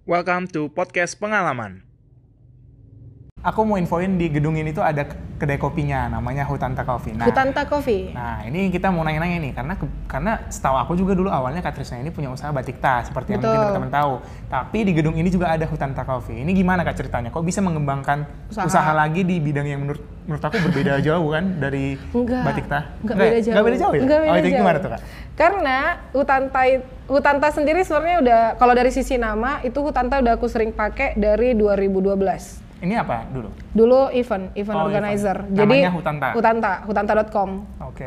Welcome to podcast pengalaman. Aku mau infoin di gedung ini tuh ada kedai kopinya, namanya Hutanta Coffee. Hutanta Coffee. Nah, ini kita mau nanya-nanya nih, karena setahu aku juga dulu awalnya Kak Trisna ini punya usaha batik tas, seperti yang Betul. mungkin teman-teman tahu. Tapi di gedung ini juga ada Hutanta Coffee. Ini gimana Kak ceritanya? Kok bisa mengembangkan usaha lagi di bidang yang menurut aku berbeda jauh kan dari batik tas? Enggak beda jauh. Enggak beda jauh ya? Enggak beda itu jauh. gimana tuh Kak? Karena Hutanta sendiri sebenarnya udah, kalau dari sisi nama itu Hutanta udah aku sering pakai dari 2012. Ini apa dulu? Dulu event organizer. Event. Jadi Namanya hutanta.com. Oke.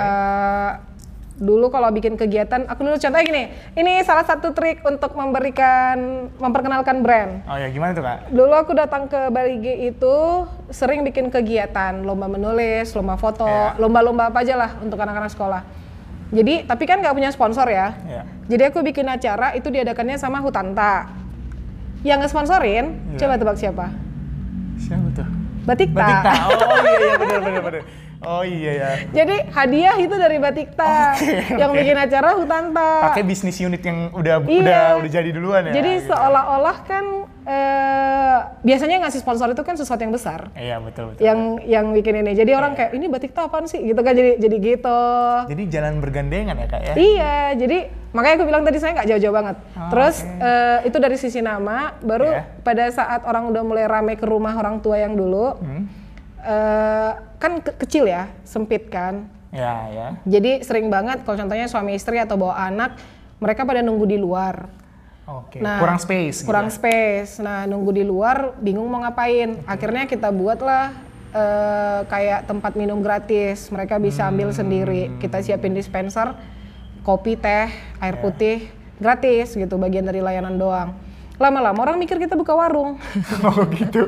Dulu kalau bikin kegiatan, aku dulu contohnya gini, ini salah satu trik untuk memperkenalkan brand. Oh ya, gimana tuh Kak? Dulu aku datang ke Bali G itu sering bikin kegiatan, lomba menulis, lomba foto, lomba-lomba apa aja lah untuk anak-anak sekolah. Jadi, tapi kan nggak punya sponsor ya. Jadi aku bikin acara, itu diadakannya sama Hutanta. Yang nge-sponsorin, coba tebak siapa? Siapa tuh? Batikta. Oh iya bener. Oh iya ya. Jadi hadiah itu dari Batikta. Yang bikin acara Hutanta. Pakai bisnis unit yang udah jadi duluan ya. Jadi gitu. seolah-olah kan biasanya ngasih sponsor itu kan sesuatu yang besar. Iya betul. Yang bikin ini. Jadi orang kayak ini Batikta apaan sih? Gitu kan jadi gitu. Jadi jalan bergandengan ya Kak ya? Iya, jadi makanya aku bilang tadi saya nggak jauh-jauh banget. Terus itu dari sisi nama, baru pada saat orang udah mulai rame ke rumah orang tua yang dulu, kan kecil ya, sempit kan. Ya. Jadi sering banget kalau contohnya suami istri atau bawa anak, mereka pada nunggu di luar. Oke. Nah, kurang space. Kurang space. Nah, nunggu di luar, bingung mau ngapain. Akhirnya kita buatlah kayak tempat minum gratis. Mereka bisa ambil sendiri. Kita siapin dispenser, kopi, teh, air putih, gratis gitu. Bagian dari layanan doang. Lama-lama orang mikir kita buka warung. Oh gitu.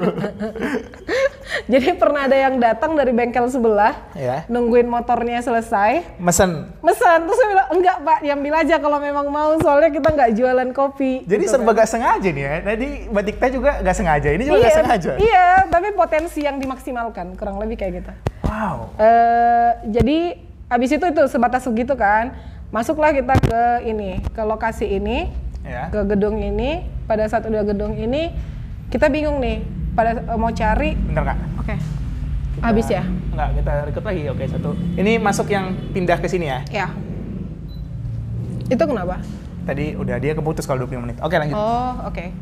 Jadi pernah ada yang datang dari bengkel sebelah, nungguin motornya selesai. Mesen, terus saya bilang, enggak Pak, diambil aja kalau memang mau, soalnya kita nggak jualan kopi. Jadi gitu serba kan. gak sengaja nih ya, tadi Batikta juga gak sengaja, ini juga gak sengaja? Iya, tapi potensi yang dimaksimalkan, kurang lebih kayak gitu. Wow. Jadi abis itu sebatas segitu kan, masuklah kita ke lokasi ini, ke gedung ini. Pada saat udah gedung ini, kita bingung nih, mau cari. Bentar Kak. Oke. Habis ya? Enggak, kita record lagi. Oke, satu. Ini masuk yang pindah ke sini ya? Ya. Itu kenapa? Tadi udah dia keputus kalau 20 menit. Oke, lanjut. Oh, oke.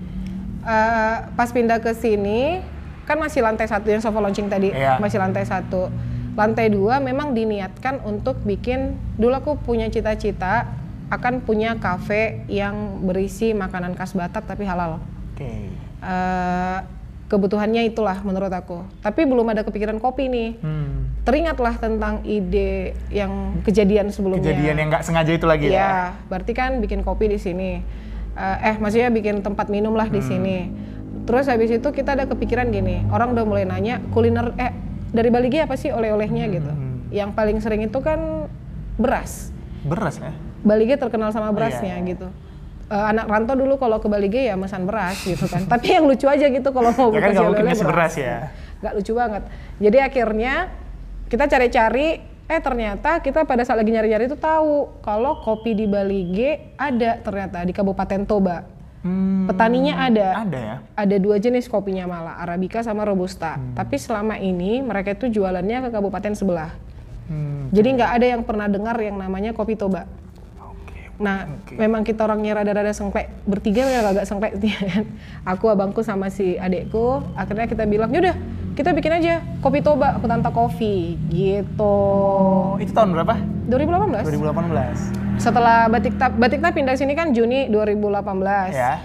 Pas pindah ke sini, kan masih lantai 1 yang sofa launching tadi. Masih lantai 1. Lantai 2 memang diniatkan untuk bikin, dulu aku punya cita-cita akan punya kafe yang berisi makanan khas Batak tapi halal. Oke. Kebutuhannya itulah menurut aku. Tapi belum ada kepikiran kopi nih. Teringatlah tentang ide yang kejadian sebelumnya. Kejadian yang nggak sengaja itu lagi ya? Iya, berarti kan bikin kopi di sini. Maksudnya bikin tempat minum lah di sini. Terus habis itu kita ada kepikiran gini, orang udah mulai nanya kuliner, dari Bali G apa sih oleh-olehnya gitu. Yang paling sering itu kan beras. Beras ya? Bali G terkenal sama berasnya gitu. Anak rantau dulu kalau ke Bali G ya mesan beras gitu kan. Tapi yang lucu aja gitu kalau mau buka si oleh-oleh beras ya. Gak lucu banget. Jadi akhirnya kita cari-cari, ternyata kita pada saat lagi nyari-nyari itu tahu kalau kopi di Bali G ada ternyata di Kabupaten Toba. Petaninya ada. Ada ya? Ada 2 jenis kopinya malah, Arabica sama Robusta. Tapi selama ini mereka itu jualannya ke kabupaten sebelah. Jadi nggak ada yang pernah dengar yang namanya kopi Toba. Nah, memang kita orangnya rada-rada sengklek, bertiga ya agak sengklek kan. Aku, abangku sama si adekku, akhirnya kita bilang, yaudah kita bikin aja kopi Toba, Hutanta Coffee gitu. Itu tahun berapa? 2018. 2018. Setelah Batikta pindah sini kan Juni 2018. Ya.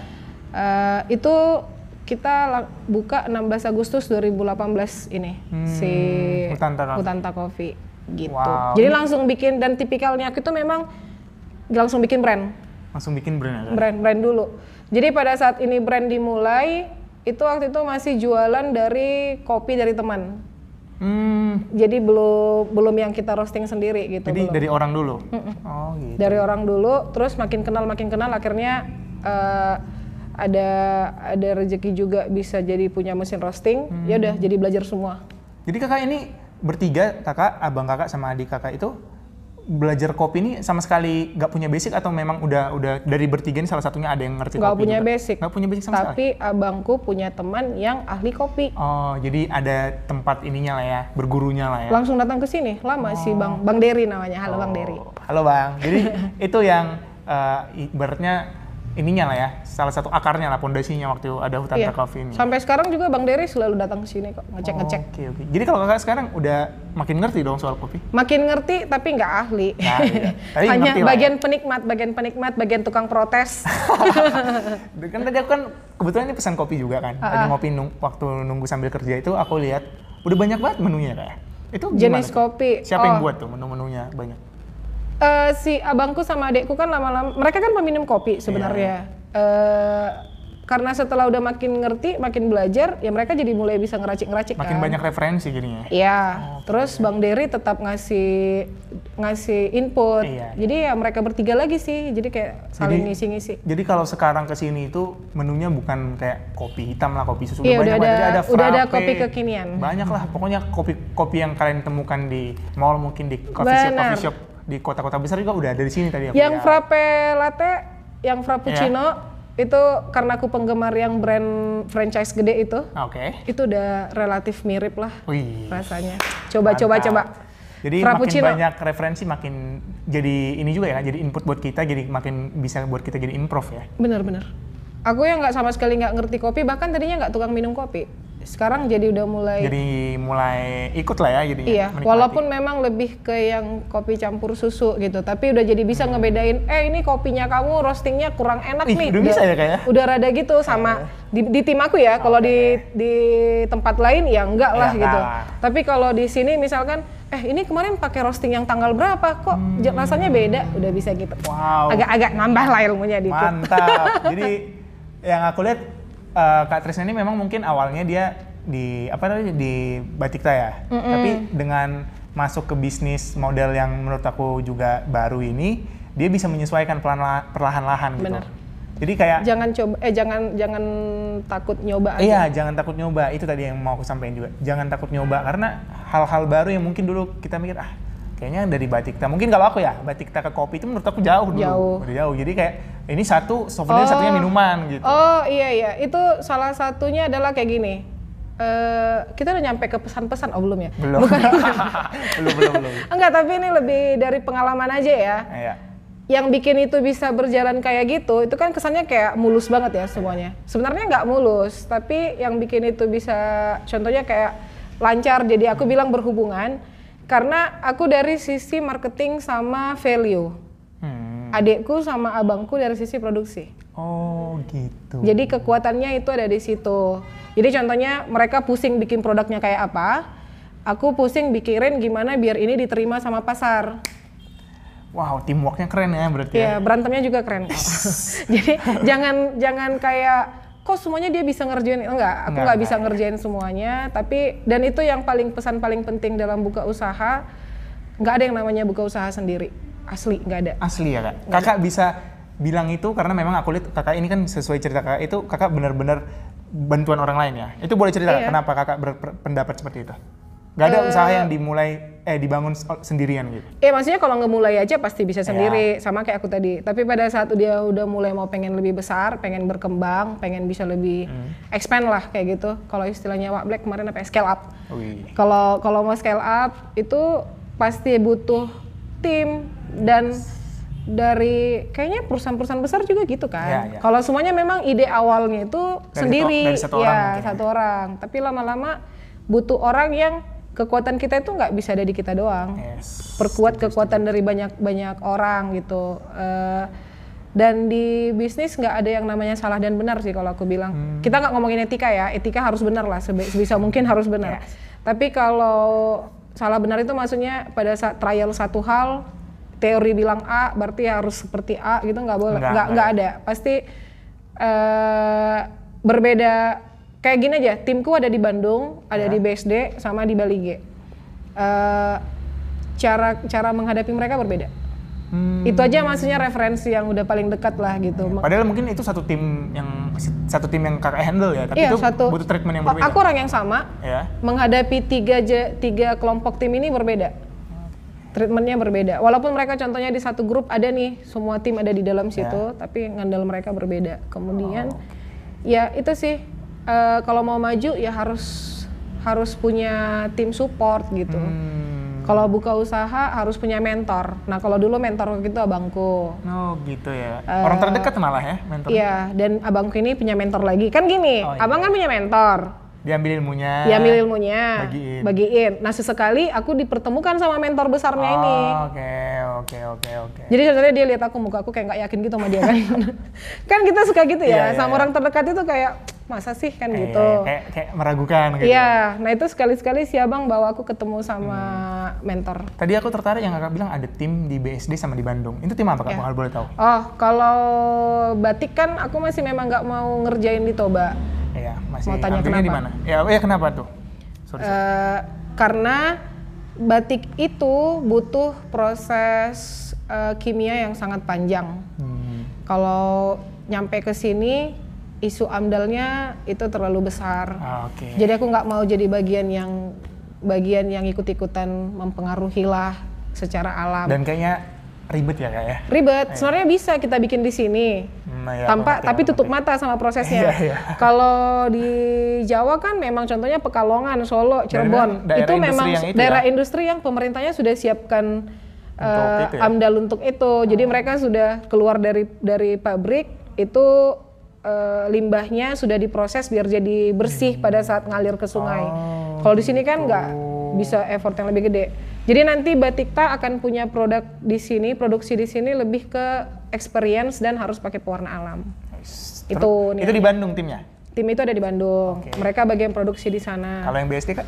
Itu kita buka 16 Agustus 2018 ini si Hutanta Coffee gitu. Wow. Jadi langsung bikin, dan tipikalnya aku itu memang langsung bikin brand. Langsung bikin brand? Brand dulu. Jadi pada saat ini brand dimulai, itu waktu itu masih jualan dari kopi dari teman. Jadi belum yang kita roasting sendiri gitu. Jadi belum. dari orang dulu? Oh gitu. Dari orang dulu, terus makin kenal akhirnya ada rezeki juga bisa jadi punya mesin roasting. Ya udah jadi belajar semua. Jadi kakak ini bertiga, kakak, abang kakak sama adik kakak itu belajar kopi ini sama sekali nggak punya basic atau memang udah dari bertiga ini salah satunya ada yang ngerti Nggak kopi punya juga? basic. Nggak punya basic sama sekali? Tapi abangku punya teman yang ahli kopi. Oh, jadi ada tempat ininya lah ya, bergurunya lah ya. Langsung datang ke sini, lama sih Bang Dery namanya. Halo Bang Dery. Halo Bang. Jadi itu yang ibaratnya ininya lah ya, salah satu akarnya lah, pondasinya waktu ada hutan Iya. Coffee ini. Sampai sekarang juga Bang Dery selalu datang ke sini kok, ngecek-ngecek. Oke. Jadi kalau kakak sekarang udah makin ngerti dong soal kopi? Makin ngerti tapi nggak ahli. Nah, iya. Tapi Hanya ngerti lah bagian penikmat, bagian tukang protes. Kan tadi aku kan kebetulan ini pesan kopi juga kan. Tadi ngopi waktu nunggu sambil kerja itu aku lihat udah banyak banget menunya kayak. Itu gimana Jenis tuh? kopi. Siapa yang buat tuh menu-menunya banyak? Si abangku sama adekku kan lama-lama, mereka kan peminum kopi sebenarnya. Karena setelah udah makin ngerti, makin belajar, ya mereka jadi mulai bisa ngeracik-ngeracik Makin kan. banyak referensi jadinya. Iya, terus Bang Dery tetap ngasih input. Iya. Jadi ya mereka bertiga lagi sih, jadi kayak saling ngisi-ngisi. Jadi kalau sekarang kesini itu menunya bukan kayak kopi hitam lah, kopi susu. Iya, banyak udah banget. Jadi udah ada frappe. kopi kekinian. Banyak lah, pokoknya kopi yang kalian temukan di mall, mungkin di coffee shop di kota-kota besar juga udah ada di sini tadi. Yang frappe latte, yang frappuccino, itu karena aku penggemar yang brand franchise gede itu. Oke. Itu udah relatif mirip lah Wih. rasanya. Mantap. Coba. Jadi makin banyak referensi, makin jadi ini juga ya, jadi input buat kita, jadi makin bisa buat kita jadi improve ya. Bener. Aku yang nggak sama sekali nggak ngerti kopi, bahkan tadinya nggak tukang minum kopi. Sekarang jadi udah mulai. Jadi mulai ikut lah ya jadinya. Iya, menikmati. walaupun memang lebih ke yang kopi campur susu gitu, tapi udah jadi bisa ngebedain, ini kopinya kamu roastingnya kurang enak nih. Udah bisa ya kayak? Udah rada gitu sama di tim aku ya. Kalau di tempat lain ya enggak lah gitu. Tapi kalau di sini misalkan, ini kemarin pakai roasting yang tanggal berapa? Kok rasanya beda? Udah bisa gitu. Wow. Agak-agak nambah lah ilmunya dikit. Mantap. Jadi yang aku lihat Kak Trisna ini memang mungkin awalnya dia di Batikta ya. Tapi dengan masuk ke bisnis model yang menurut aku juga baru ini, dia bisa menyesuaikan perlahan-lahan gitu. Bener. Jadi kayak jangan takut nyoba aja. iya, jangan takut nyoba. Itu tadi yang mau aku sampaikan juga. Jangan takut nyoba karena hal-hal baru yang mungkin dulu kita mikir kayaknya dari Batikta. Mungkin kalau aku ya, Batikta ke kopi itu menurut aku jauh dulu. Udah jauh. Jadi kayak ini satu souvenir, satunya minuman gitu. Oh iya. Itu salah satunya adalah kayak gini. Kita udah nyampe ke pesan-pesan, belum ya? Belum. Bukan. belum. Enggak, tapi ini lebih dari pengalaman aja ya. Iya. Yang bikin itu bisa berjalan kayak gitu, itu kan kesannya kayak mulus banget ya semuanya. Sebenarnya nggak mulus, tapi yang bikin itu bisa, contohnya kayak lancar. Jadi aku bilang berhubungan, karena aku dari sisi marketing sama value. Adekku sama abangku dari sisi produksi. Oh gitu. Jadi kekuatannya itu ada di situ. Jadi contohnya mereka pusing bikin produknya kayak apa, aku pusing bikirin gimana biar ini diterima sama pasar. Wow, teamworknya keren ya berarti ya. Berantemnya juga keren kok. Jadi jangan kayak kok semuanya dia bisa ngerjain. Enggak, aku nggak bisa ngerjain semuanya. Tapi dan itu yang pesan paling penting dalam buka usaha, nggak ada yang namanya buka usaha sendiri. Asli, nggak ada. Asli ya kak? Kakak bisa bilang itu karena memang aku lihat kakak ini kan sesuai cerita kakak itu kakak benar-benar bantuan orang lain ya. Itu boleh cerita kenapa kakak berpendapat seperti itu? Gak ada usaha yang dibangun sendirian gitu? Maksudnya kalau ngemulai aja pasti bisa sendiri, sama kayak aku tadi. Tapi pada saat dia udah mulai mau pengen lebih besar, pengen berkembang, pengen bisa lebih expand lah kayak gitu. Kalau istilahnya Wak Black kemarin scale up. Kalau mau scale up itu pasti butuh tim dan dari kayaknya perusahaan-perusahaan besar juga gitu kan. Kalau semuanya memang ide awalnya itu dari satu orang. Tapi lama-lama butuh orang yang kekuatan kita itu nggak bisa dari kita doang. Perkuat kekuatan dari banyak orang gitu. Dan di bisnis nggak ada yang namanya salah dan benar sih kalau aku bilang. Kita nggak ngomongin etika ya, etika harus benar lah, sebisa mungkin harus benar. Tapi kalau salah benar itu maksudnya pada saat trial satu hal, teori bilang A berarti harus seperti A gitu, nggak boleh, nggak ada. Pasti berbeda. Kayak gini aja, timku ada di Bandung, ada di BSD, sama di Bali G. Cara menghadapi mereka berbeda. Itu aja maksudnya referensi yang udah paling dekat lah gitu. Padahal mungkin itu satu tim yang kakak handle ya, tapi itu butuh treatment yang berbeda. Aku orang yang sama, menghadapi tiga kelompok tim ini berbeda. treatmentnya berbeda. Walaupun mereka contohnya di satu grup ada nih, semua tim ada di dalam situ, tapi ngandel mereka berbeda. Kemudian ya itu sih, kalau mau maju ya harus punya tim support gitu. Kalau buka usaha harus punya mentor. Nah kalau dulu mentor itu abangku. Oh gitu ya. Orang terdekat malah ya mentor. Iya, dan abangku ini punya mentor lagi. Kan gini, abang kan punya mentor. Diambil ilmunya. Bagiin. Nah sesekali aku dipertemukan sama mentor besarnya ini. Oke. Jadi sebenarnya dia lihat muka aku kayak nggak yakin gitu sama dia kan. Kan kita suka gitu ya, sama orang terdekat itu kayak masa sih kan gitu. Kayak meragukan gitu. Iya, nah itu sekali-sekali si abang bawa aku ketemu sama mentor. Tadi aku tertarik yang kakak bilang ada tim di BSD sama di Bandung. Itu tim apa kak? Kalau boleh tahu? Oh, kalau batik kan aku masih memang nggak mau ngerjain di Toba. Iya, masih. Mau tanya kenapa? Di mana? Ya kenapa tuh? Sorry. Karena batik itu butuh proses kimia yang sangat panjang. Kalau nyampe ke sini isu amdalnya itu terlalu besar. Jadi aku nggak mau jadi bagian yang ikut-ikutan mempengaruhi lah secara alam. Dan kayaknya ribet ya kak ya? Ribet. Sebenarnya bisa kita bikin di sini. Tapi tutup mata sama prosesnya. Kalau di Jawa kan memang contohnya Pekalongan, Solo, Cirebon. Itu memang daerah industri yang pemerintahnya sudah siapkan amdal untuk itu. Jadi mereka sudah keluar dari pabrik itu limbahnya sudah diproses biar jadi bersih pada saat ngalir ke sungai. Kalau di sini kan nggak bisa effort yang lebih gede. Jadi nanti Batikta akan punya produk di sini, produksi di sini lebih ke experience dan harus pakai pewarna alam. Itu di Bandung timnya? Tim itu ada di Bandung. Mereka bagian produksi di sana. Kalau yang BSD kak?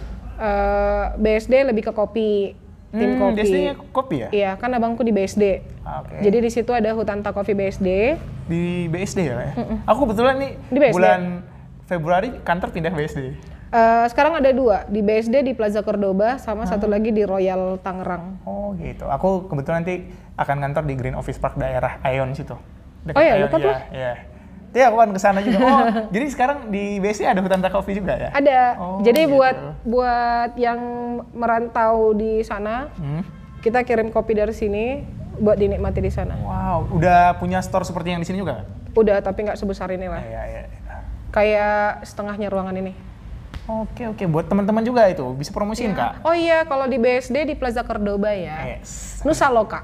BSD lebih ke kopi. Tim kopi. BSD-nya kopi ya? Iya, kan abangku di BSD. Jadi di situ ada Hutanta Coffee BSD. Di BSD ya, Kak ya? Aku kebetulan nih bulan Februari kantor pindah BSD. Sekarang ada 2, di BSD di Plaza Cordoba sama satu lagi di Royal Tangerang. Oh gitu. Aku kebetulan nanti akan kantor di Green Office Park daerah Aeon situ. Oh iya, dekat loh. Iya. Jadi aku akan kesana juga. Jadi sekarang di BSD ada Hutanta Coffee juga ya? Ada. Jadi gitu. buat yang merantau di sana, kita kirim kopi dari sini buat dinikmati di sana. Wow, udah punya store seperti yang di sini juga? Udah, tapi nggak sebesar ini lah. Iya. Kayak setengahnya ruangan ini. Oke. Buat teman-teman juga itu bisa promosiin kak? Oh iya, kalau di BSD di Plaza Cordoba ya. Nusa Loka.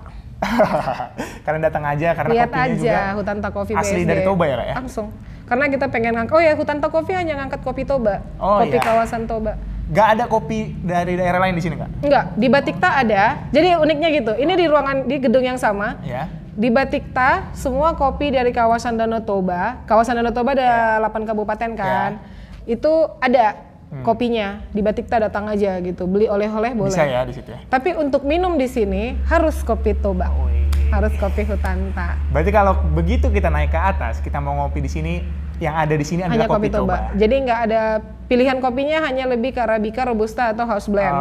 Kalian datang aja karena lihat kopinya aja juga Hutanta Coffee asli BSD. dari Toba ya kak ya? Langsung. Karena kita pengen ngangkat, Hutanta Coffee hanya ngangkat kopi Toba, kopi kawasan Toba. Gak ada kopi dari daerah lain di sini kak? Enggak, di Batikta ada. Jadi uniknya gitu, ini di ruangan di gedung yang sama. Di Batikta semua kopi dari kawasan Danau Toba. Kawasan Danau Toba ada 8 kabupaten kan. Itu ada kopinya. Di Batikta datang aja gitu, beli oleh-oleh boleh. Bisa ya di situ ya. Tapi untuk minum di sini harus kopi Toba. Harus kopi Hutanta. Berarti kalau begitu kita naik ke atas, kita mau ngopi di sini, yang ada di sini adalah kopi Toba. Jadi nggak ada pilihan kopinya, hanya lebih ke Arabica, Robusta atau House Blend.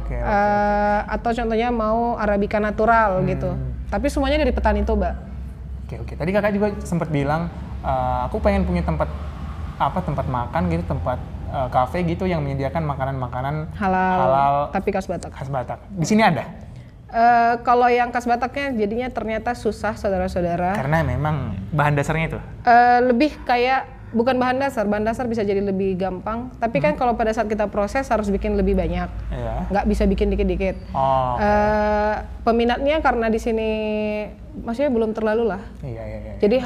Atau contohnya mau Arabica natural gitu. Tapi semuanya dari petani Toba. Oke. Tadi kakak juga sempat bilang, aku pengen punya tempat makan gitu, tempat kafe gitu yang menyediakan makanan-makanan halal tapi khas Batak. Di sini ada? Kalau yang khas Bataknya jadinya ternyata susah saudara-saudara. Karena memang bahan dasarnya itu? Lebih kayak bukan bahan dasar bisa jadi lebih gampang. Tapi kan kalau pada saat kita proses harus bikin lebih banyak, nggak bisa bikin dikit-dikit. Peminatnya karena di sini maksudnya belum terlalu lah. Jadi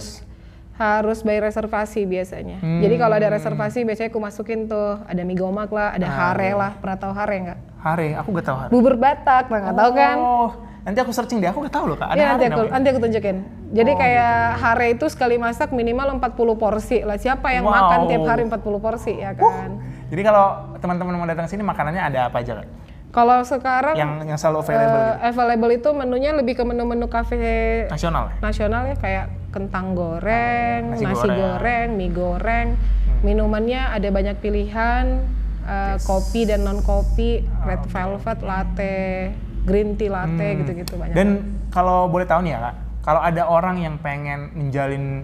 harus bayar reservasi biasanya. Jadi kalau ada reservasi biasanya aku masukin tuh ada mie gomak lah, ada hare lah. Pernah tahu hare nggak? Hare, aku nggak tahu hare. Bubur Batak, nggak tahu kan? Nanti aku searching deh, aku nggak tahu loh kak. Ada nanti aku tunjukin. Jadi kayak hare itu sekali masak minimal 40 porsi lah. Siapa yang makan tiap hari 40 porsi ya kan? Jadi kalau teman-teman mau datang sini makanannya ada apa aja kak? Kalau sekarang yang selalu available gitu? Available itu menunya lebih ke menu-menu kafe nasional ya, kayak kentang goreng, nasi goreng, mie goreng. Minumannya ada banyak pilihan, kopi dan non kopi, red velvet, latte, green tea latte gitu-gitu banyak. Dan kalau boleh tahu nih ya kak, kalau ada orang yang pengen menjalin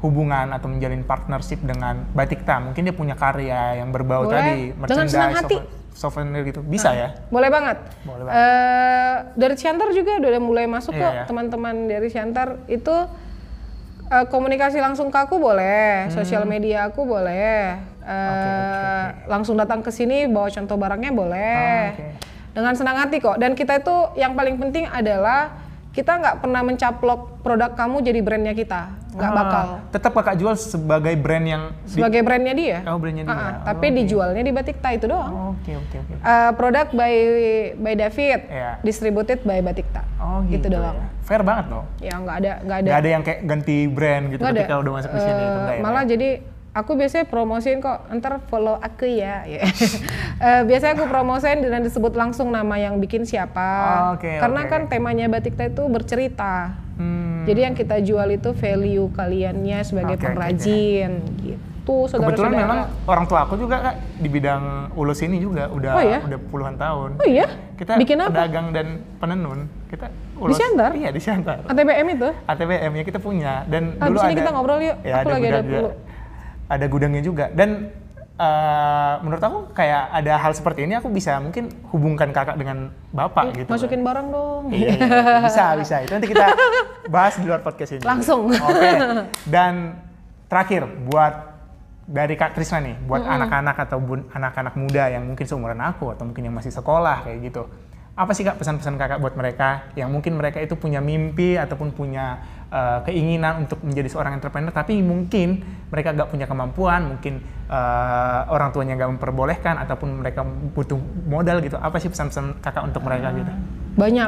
hubungan atau menjalin partnership dengan Batikta? Mungkin dia punya karya yang berbau tadi, dengan senang hati. Souvenir gitu, bisa ya? Boleh banget. Boleh banget. Dari Siantar juga udah mulai masuk kok, Iya. teman-teman dari Siantar itu komunikasi langsung ke aku boleh, sosial media aku boleh, langsung datang ke sini bawa contoh barangnya boleh, dengan senang hati kok. Dan kita itu yang paling penting adalah kita nggak pernah mencaplok produk kamu jadi brandnya kita, nggak bakal. Tetap kakak jual sebagai brand yang Sebagai brandnya dia. Oh, brandnya dia. Tapi dijualnya di Batikta itu doang. Oke. Produk by David, Iya. distributed by Batikta. Oh gitu doang. ya. Fair banget loh. Ya nggak ada. Nggak ada yang kayak ganti brand gitu Nggak ketika ada. udah masuk ke sini itu enggak ya? Malah jadi aku biasanya promosiin kok, ntar follow aku ya. Biasanya aku promosiin dan disebut langsung nama yang bikin siapa. Karena kan temanya Batikta itu bercerita. Jadi yang kita jual itu value kaliannya sebagai pengrajin gitu. Kebetulan Saudara-saudara. memang orang tua aku juga Kak di bidang ulus ini juga udah puluhan tahun. Oh iya? Kita Bikin apa? pedagang dan penenun. Kita ulus. Siantar? Iya, di Siantar. ATBM itu? ATBM ya kita punya dan Di dulu sini ada kita ngobrol yuk. Ya, Aku lagi ada perlu. Ada gudangnya juga dan menurut aku kayak ada hal seperti ini aku bisa mungkin hubungkan kakak dengan bapak gitu. Masukin barang dong. Iya, bisa. Itu nanti kita bahas di luar podcast ini. Langsung. Oke. Dan terakhir buat dari Kak Trisna nih, buat anak-anak atau anak-anak muda yang mungkin seumuran aku atau mungkin yang masih sekolah kayak gitu. Apa sih Kak pesan-pesan kakak buat mereka yang mungkin mereka itu punya mimpi ataupun punya keinginan untuk menjadi seorang entrepreneur tapi mungkin mereka nggak punya kemampuan, mungkin orang tuanya nggak memperbolehkan ataupun mereka butuh modal gitu. Apa sih pesan-pesan kakak untuk mereka gitu? Banyak.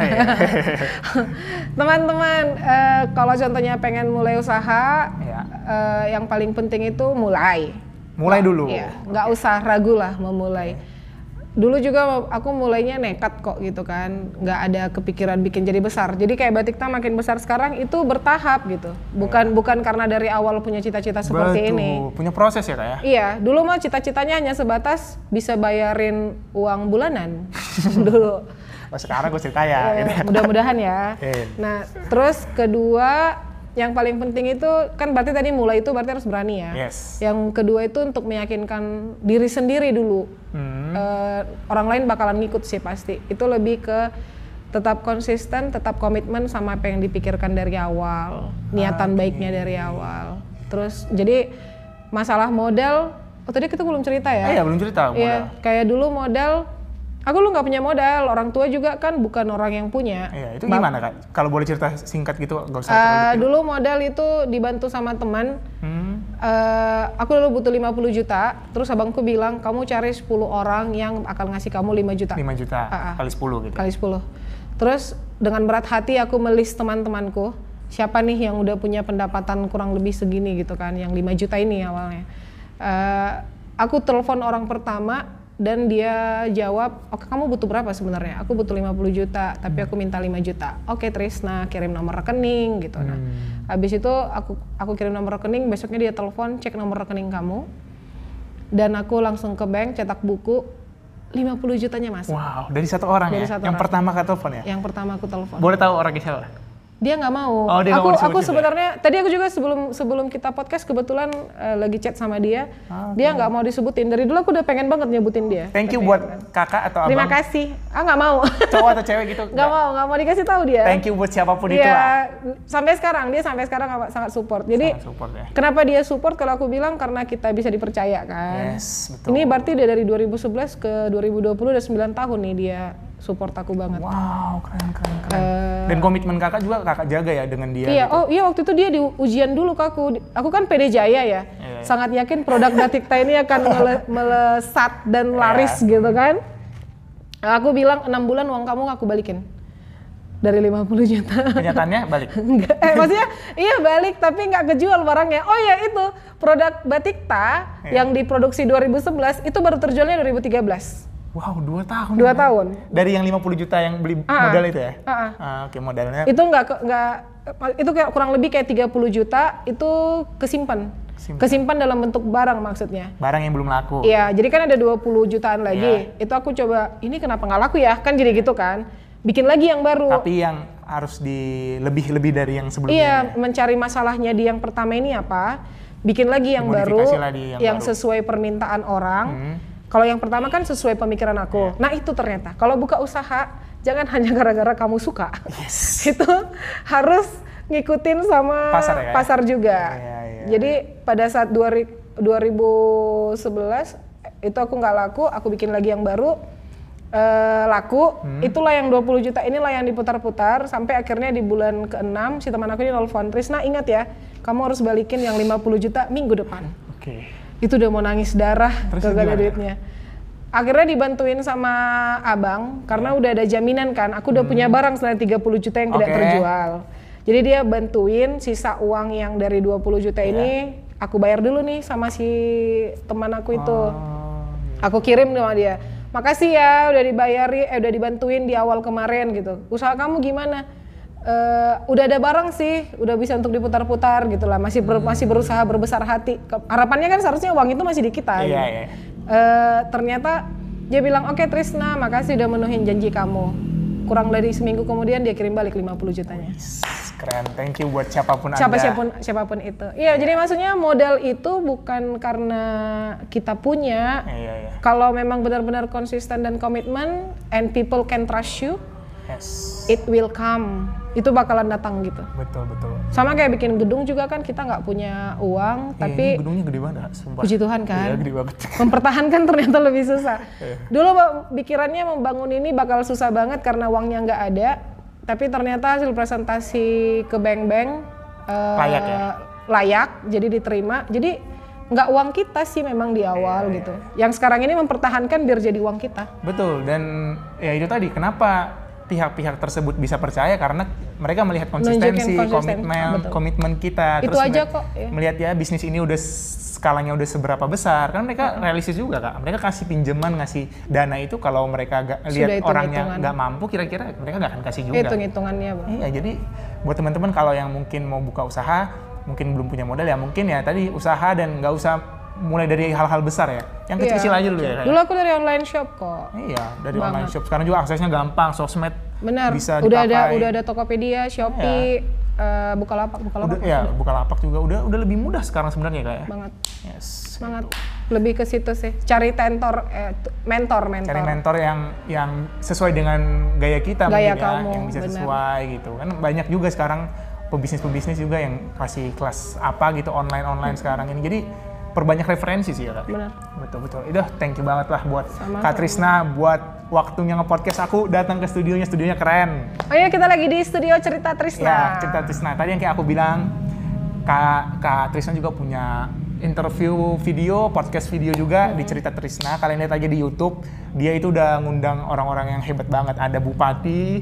Teman-teman, kalau contohnya pengen mulai usaha, yang paling penting itu mulai. Mulai dulu. Iya, nggak usah ragu lah memulai. Dulu juga aku mulainya nekat kok gitu kan, nggak ada kepikiran bikin jadi besar. Jadi kayak Batikta makin besar sekarang itu bertahap gitu, bukan karena dari awal punya cita-cita seperti ini. Punya proses ya Kak ya? Iya, dulu mah cita-citanya hanya sebatas bisa bayarin uang bulanan dulu. Sekarang gue cerita ya. Gitu. Mudah-mudahan ya. Nah, terus kedua yang paling penting itu kan berarti tadi mulai itu berarti harus berani ya. Yes. Yang kedua itu untuk meyakinkan diri sendiri dulu. Orang lain bakalan ngikut sih pasti. Itu lebih ke tetap konsisten, tetap komitmen sama apa yang dipikirkan dari awal, niatan baiknya dari awal. Terus jadi masalah modal, tadi kita belum cerita ya? Iya belum cerita modal. Iya, kayak dulu modal. Aku lu nggak punya modal, orang tua juga kan bukan orang yang punya. Iya, itu gimana Kak? Kalau boleh cerita singkat gitu, nggak usah terlalu dulu modal itu dibantu sama teman. Aku dulu butuh 50 juta, terus abangku bilang, kamu cari 10 orang yang akan ngasih kamu 5 juta. 5 juta, kali 10 gitu? Kali 10. Terus dengan berat hati aku melis teman-temanku, siapa nih yang udah punya pendapatan kurang lebih segini gitu kan, yang 5 juta ini awalnya. Aku telepon orang pertama, dan dia jawab, oke kamu butuh berapa sebenarnya? Aku butuh 50 juta, tapi aku minta 5 juta. Oke Trisna, kirim nomor rekening gitu. Nah, habis itu aku kirim nomor rekening, besoknya dia telepon, cek nomor rekening kamu. Dan aku langsung ke bank, cetak buku, 50 jutanya masuk. Wow, dari satu orang dari ya? Satu yang orang. pertama Kak telepon ya? Yang pertama aku telepon. Boleh tahu orangnya siapa? Dia nggak mau. Oh, dia nggak mau aku disebut sebenarnya tadi aku juga sebelum kita podcast kebetulan lagi chat sama dia. Dia nggak mau disebutin. Dari dulu aku udah pengen banget nyebutin dia. Thank you buat kakak atau abang. Terima kasih. Nggak mau. Cowok atau cewek gitu? Nggak mau dikasih tahu dia. Thank you buat siapapun itu lah. Dia sampai sekarang sangat support. Jadi Sangat support, ya. Kenapa dia support? Kalau aku bilang karena kita bisa dipercaya kan. Yes, betul. Ini berarti dia dari 2011 ke 2020 udah 9 tahun nih dia support aku banget. Wow, keren. Dan komitmen kakak juga kakak jaga ya dengan dia. Iya, gitu. waktu itu dia di ujian dulu ke aku. Aku kan PD Jaya ya. Sangat yakin produk Batikta ini akan melesat dan laris gitu kan. Aku bilang 6 bulan uang kamu aku balikin. Dari 50 juta. Kenyataannya balik? Enggak, maksudnya iya balik tapi nggak kejual barangnya. Oh ya itu, produk Batikta yang diproduksi 2011 itu baru terjualnya 2013. Wow, 2 tahun. 2 tahun. Dari yang 50 juta yang beli modal itu ya? Oke, modalnya. Itu itu kayak kurang lebih kayak 30 juta itu kesimpan dalam bentuk barang maksudnya. Barang yang belum laku. Iya, jadi kan ada 20 jutaan lagi. Itu aku coba, ini kenapa nggak laku ya? Kan jadi gitu kan. Bikin lagi yang baru. Tapi yang harus lebih dari yang sebelumnya. Iya, ya? mencari masalahnya di yang pertama ini apa, bikin lagi yang baru, Dimodifikasi lagi yang baru. sesuai permintaan orang. Kalau yang pertama kan sesuai pemikiran aku. Nah itu ternyata, kalau buka usaha, jangan hanya gara-gara kamu suka. Yes. Itu harus ngikutin sama pasar juga. Iya. Jadi pada saat 2011 itu aku nggak laku, aku bikin lagi yang baru. Laku, itulah yang 20 juta inilah yang diputar-putar sampai akhirnya di bulan ke-6 si teman aku ini nelfon, Trisna ingat ya, kamu harus balikin yang 50 juta minggu depan. Oke. Itu udah mau nangis darah gara-gara gimana? duitnya. Akhirnya dibantuin sama abang karena udah ada jaminan kan, aku udah punya barang selain 30 juta yang tidak terjual. Jadi dia bantuin sisa uang yang dari 20 juta ini aku bayar dulu nih sama si teman aku itu. Aku kirim sama dia. Makasih ya udah udah dibantuin di awal kemarin gitu. Usaha kamu gimana? Udah ada barang sih, udah bisa untuk diputar-putar gitu lah. Masih berusaha berbesar hati. Harapannya kan seharusnya uang itu masih di kita. Gitu. Iya. Ternyata dia bilang, oke Trisna, makasih udah menuhin janji kamu. Kurang dari seminggu kemudian dia kirim balik 50 jutanya. Keren, thank you buat siapapun Siapapun itu. Iya, jadi maksudnya modal itu bukan karena kita punya. Iya. Kalau memang benar-benar konsisten dan komitmen, and people can trust you, it will come. Itu bakalan datang gitu. Betul. Sama kayak bikin gedung juga kan, kita nggak punya uang, tapi ini gedungnya gede banget, sumpah. puji Tuhan kan. Iya, gede banget. Mempertahankan ternyata lebih susah. Dulu pikirannya membangun ini bakal susah banget karena uangnya nggak ada. Tapi ternyata hasil presentasi ke bank-bank layak, jadi diterima. Jadi nggak uang kita sih memang di awal gitu. Yang sekarang ini mempertahankan biar jadi uang kita. Betul, dan ya itu tadi kenapa pihak-pihak tersebut bisa percaya karena mereka melihat konsistensi, komitmen kita. Itu aja kok. Ya. Melihat ya bisnis ini udah skalanya udah seberapa besar, kan mereka realistis juga Kak. Mereka kasih pinjaman, ngasih dana itu kalau mereka lihat orangnya nggak mampu, kira-kira mereka nggak akan kasih juga. Hitung-hitungannya. Iya, jadi buat teman-teman kalau yang mungkin mau buka usaha, mungkin belum punya modal ya mungkin ya tadi usaha dan nggak usah mulai dari hal-hal besar ya, yang kecil-kecil aja dulu ya. Dulu aku dari online shop kok. Iya, dari online shop. Sekarang juga aksesnya gampang, sosmed bisa dipakai. Udah ada Tokopedia, Shopee, Bukalapak. Bukalapak juga udah lebih mudah sekarang sebenarnya Kak ya. Banget. Yes. Semangat. Lebih ke situ sih. Cari mentor. Cari mentor yang sesuai dengan gaya kita gaya mungkin kamu, yang bisa sesuai gitu. Kan banyak juga sekarang pebisnis juga yang kasih kelas apa gitu online sekarang ini. Jadi perbanyak referensi sih ya Kak. Benar. Betul. Thank you banget lah buat Kak Trisna buat waktunya nge-podcast aku datang ke studionya keren. Oh iya, kita lagi di studio Cerita Trisna. Ya, Cerita Trisna. Tadi yang kayak aku bilang, Kak Trisna juga punya interview video, podcast video juga di Cerita Trisna. Kalian lihat aja di YouTube. Dia itu udah ngundang orang-orang yang hebat banget. Ada bupati,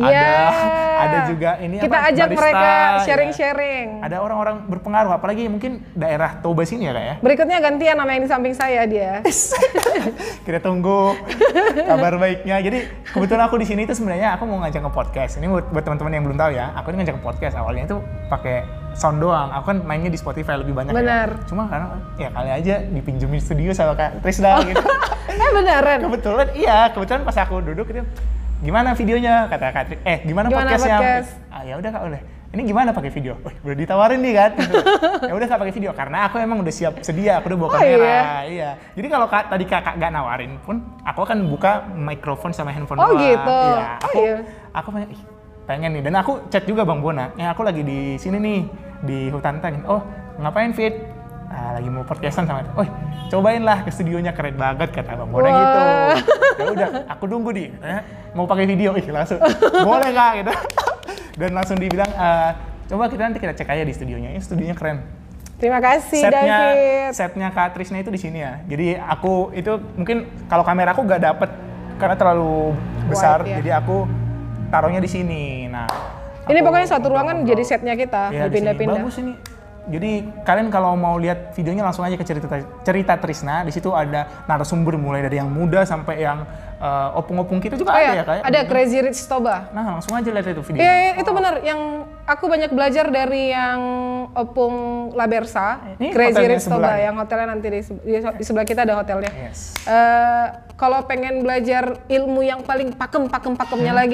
ada juga ini kita ajak barista, mereka sharing-sharing. Ada orang-orang berpengaruh, apalagi mungkin daerah Toba sini ya Kak ya. Berikutnya gantian nama yang di samping saya dia. Kita tunggu kabar baiknya. Jadi kebetulan aku di sini itu sebenarnya aku mau ngajak nge-podcast. Ini buat teman-teman yang belum tahu ya, aku ini ngajak nge-podcast awalnya itu pakai sound doang. Aku kan mainnya di Spotify lebih banyak. Benar. Ya. Cuma karena ya kali aja dipinjemin studio sama Kak Trisna gitu. Beneran? Kebetulan pas aku duduk itu gimana videonya kata Kak gimana podcastnya? Ya udah Kak udah. Ini gimana pakai video? Udah ditawarin nih kan. Ya udah Kak pakai video karena aku emang udah siap sedia, aku udah bawa kamera. Iya. Jadi kalau tadi Kakak gak nawarin pun, aku akan buka mikrofon sama handphone doang. Gitu. Iya. Aku pengen nih, dan aku chat juga Bang Bona. Aku lagi di sini nih di Hutan Tang. Oh, ngapain Fit? Lagi mau podcastan sama itu. Cobain lah ke studionya, keren banget kata Bang Bona gitu. Ya udah, aku tunggu di. Mau pakai video, langsung. Boleh Kak gitu. Dan langsung dibilang, coba kita cek aja di studionya. Ini studionya keren. Terima kasih David. Setnya Kak Trisna itu di sini ya. Jadi aku itu mungkin kalau kamera aku gak dapet karena terlalu besar. Wide, ya. Jadi aku taruhnya di sini. Nah, ini pokoknya satu ruangan jadi setnya kita, dipindah-pindah. Bagus ini. Jadi kalian kalau mau lihat videonya langsung aja ke cerita Trisna. Di situ ada narasumber mulai dari yang muda sampai yang opung-opung kita juga ada ya Kak. Ada Crazy Rich Toba. Nah, langsung aja lihat itu video. Iya, itu benar. Yang aku banyak belajar dari yang opung Labersa, Crazy Rich Toba, yang hotelnya nanti di sebelah kita ada hotelnya. Yes. Kalau pengen belajar ilmu yang paling pakemnya lagi,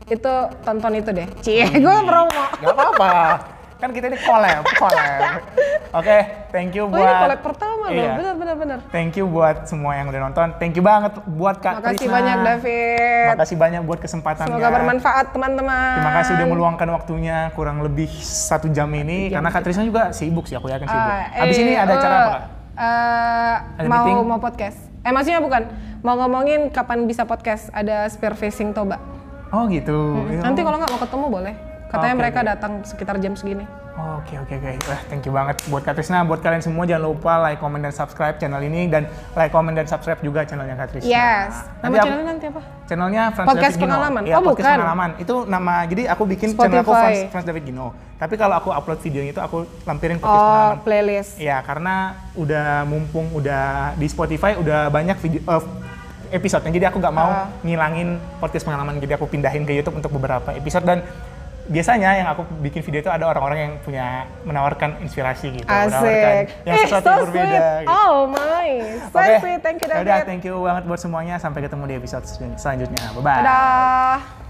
itu tonton itu deh. Cie, gue promo. Gak apa-apa. Kan kita ini collab. Oke, thank you Oh buat... ini collab pertama loh, Iya. benar. Thank you buat semua yang udah nonton. Thank you banget buat Kak Makasih Trisna. banyak David. Makasih banyak buat kesempatannya. Semoga bermanfaat teman-teman. Terima kasih udah meluangkan waktunya kurang lebih 1 jam ini. Karena Kak Trisna juga sibuk sih, aku yakin sibuk. Habis ini ada acara apa Kak? Ada meeting? Mau podcast. Maksudnya bukan. Mau ngomongin kapan bisa podcast. Ada Spear Facing Toba. Oh gitu. Nanti kalau nggak mau ketemu boleh. Katanya Oke, mereka oke. datang sekitar jam segini. Oke. Wah, thank you banget buat Kak Trisna. Buat kalian semua jangan lupa like, comment, dan subscribe channel ini. Dan like, comment, dan subscribe juga channelnya Kak Trisna. Yes. Nama Nanti channelnya nanti apa? Channelnya Frans Podcast David Gino. Pengalaman? Ya, Oh, Podcast bukan. Pengalaman. Itu nama, jadi aku bikin channel aku Spotify. Frans David Gino. Tapi kalau aku upload videonya itu aku lampirin Podcast Pengalaman. Playlist. Ya, karena udah mumpung udah di Spotify udah banyak video episode-nya. Jadi aku nggak mau ngilangin Podcast Pengalaman. Jadi aku pindahin ke YouTube untuk beberapa episode. Dan biasanya yang aku bikin video itu ada orang-orang yang menawarkan inspirasi gitu. Menawarkan Asik. yang sesuatu yang berbeda. Sweet. Gitu. Oh my. So Oke. sweet. Thank you, David. Yaudah, thank you banget buat semuanya. Sampai ketemu di episode selanjutnya. Bye-bye. Dadah.